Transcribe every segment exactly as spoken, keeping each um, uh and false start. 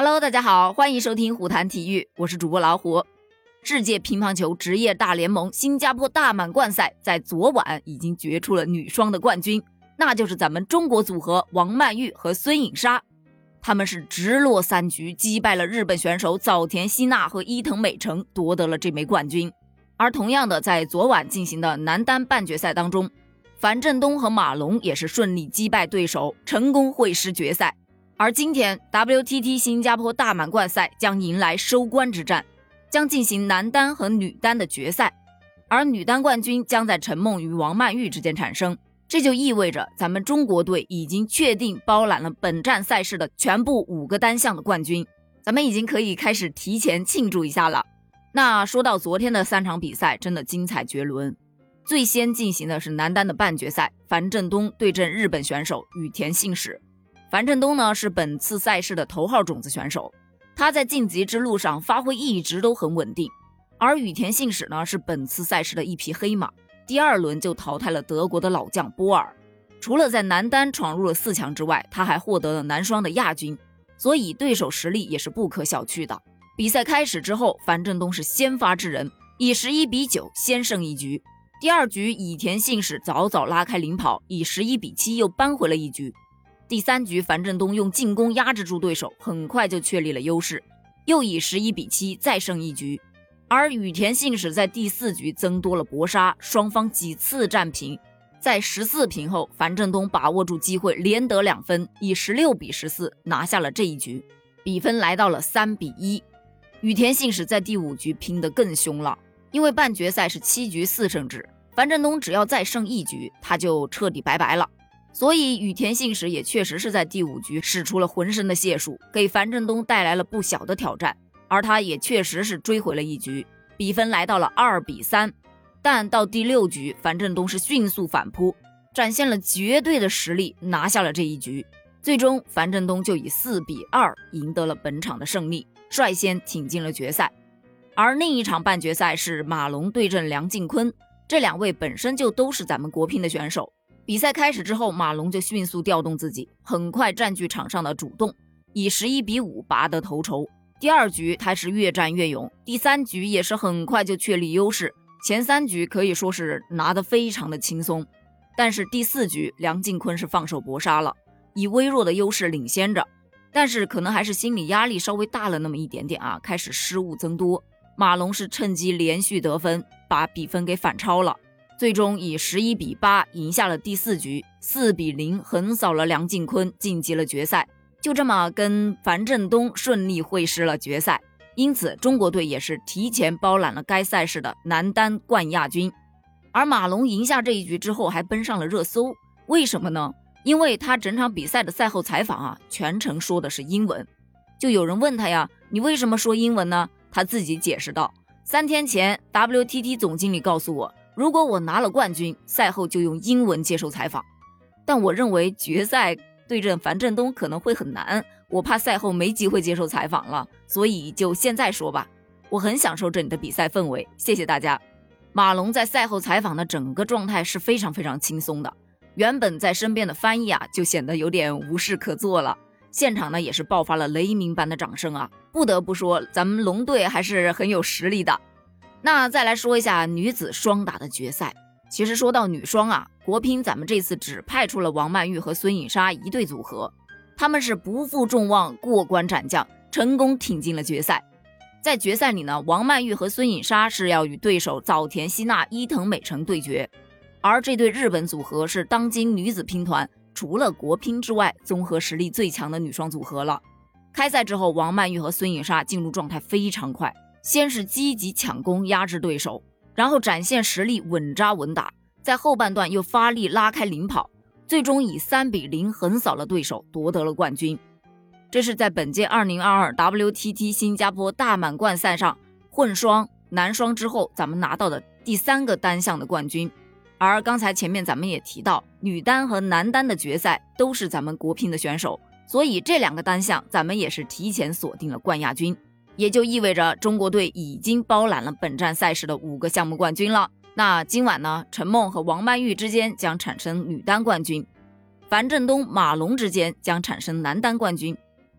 Hello， 大家好，欢迎收听虎谈体育，我是主播老虎。世界乒乓球职业大联盟新加坡大满贯赛在昨晚已经决出了女双的冠军，那就是咱们中国组合王曼玉和孙颖莎。他们是直落三局击败了日本选手早田希娜和伊藤美诚，夺得了这枚冠军。而同样的，在昨晚进行的男单半决赛当中，樊振东和马龙也是顺利击败对手，成功会师决赛。而今天 W T T 新加坡大满贯赛将迎来收官之战，将进行男单和女单的决赛，而女单冠军将在陈梦与王曼玉之间产生。这就意味着咱们中国队已经确定包揽了本站赛事的全部五个单项的冠军，咱们已经可以开始提前庆祝一下了。那说到昨天的三场比赛，真的精彩绝伦。最先进行的是男单的半决赛，樊振东对阵日本选手羽田信史。樊振东呢是本次赛事的头号种子选手，他在晋级之路上发挥一直都很稳定。而羽田信史呢是本次赛事的一匹黑马，第二轮就淘汰了德国的老将波尔。除了在男单闯入了四强之外，他还获得了男双的亚军，所以对手实力也是不可小觑的。比赛开始之后，樊振东是先发制人，以十一比九先胜一局。第二局羽田信史早早拉开领跑，以十一比七又扳回了一局。第三局樊振东用进攻压制住对手，很快就确立了优势，又以十一比七再胜一局。而羽田信史在第四局增多了搏杀，双方几次战平，在十四平后，樊振东把握住机会连得两分，以十六比十四拿下了这一局，比分来到了三比一。羽田信史在第五局拼得更凶了，因为半决赛是七局四胜制，樊振东只要再胜一局，他就彻底拜拜了。所以羽田信史也确实是在第五局使出了浑身的解数，给樊振东带来了不小的挑战，而他也确实是追回了一局，比分来到了二比三。但到第六局，樊振东是迅速反扑，展现了绝对的实力，拿下了这一局。最终樊振东就以四比二赢得了本场的胜利，率先挺进了决赛。而另一场半决赛是马龙对阵梁靖昆，这两位本身就都是咱们国乒的选手。比赛开始之后，马龙就迅速调动自己，很快占据场上的主动，以十一比五拔得头筹。第二局他是越战越勇，第三局也是很快就确立优势，前三局可以说是拿得非常的轻松。但是第四局梁靖昆是放手搏杀了，以微弱的优势领先着，但是可能还是心理压力稍微大了那么一点点啊，开始失误增多。马龙是趁机连续得分，把比分给反超了，最终以十一比八赢下了第四局，四比零横扫了梁靖昆，晋级了决赛。就这么跟樊振东顺利会师了决赛，因此中国队也是提前包揽了该赛事的男单冠亚军。而马龙赢下这一局之后还奔上了热搜，为什么呢？因为他整场比赛的赛后采访啊，全程说的是英文。就有人问他呀，你为什么说英文呢？他自己解释道，三天前 W T T 总经理告诉我，如果我拿了冠军，赛后就用英文接受采访。但我认为决赛对阵樊振东可能会很难，我怕赛后没机会接受采访了，所以就现在说吧。我很享受这里的比赛氛围，谢谢大家。马龙在赛后采访的整个状态是非常非常轻松的，原本在身边的翻译啊就显得有点无事可做了。现场呢也是爆发了雷鸣般的掌声啊，不得不说咱们龙队还是很有实力的。那再来说一下女子双打的决赛。其实说到女双啊，国乒咱们这次只派出了王曼玉和孙颖莎一对组合，他们是不负众望，过关斩将，成功挺进了决赛。在决赛里呢，王曼玉和孙颖莎是要与对手早田希娜、伊藤美诚对决，而这对日本组合是当今女子乒团除了国乒之外综合实力最强的女双组合了。开赛之后，王曼玉和孙颖莎进入状态非常快，先是积极抢攻压制对手，然后展现实力稳扎稳打，在后半段又发力拉开领跑，最终以三比零横扫了对手，夺得了冠军。这是在本届二零二二 W T T 新加坡大满贯赛上混双、男双之后咱们拿到的第三个单项的冠军。而刚才前面咱们也提到，女单和男单的决赛都是咱们国乒的选手，所以这两个单项咱们也是提前锁定了冠亚军，也就意味着中国队已经包揽了本站赛事的五个项目冠军了。那今晚呢，陈梦和王曼玉之间将产生女单冠军，樊振东、马龙之间将产生男单冠军，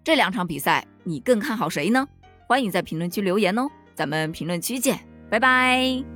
这两场比赛你更看好谁呢？欢迎在评论区留言哦，咱们评论区见，拜拜。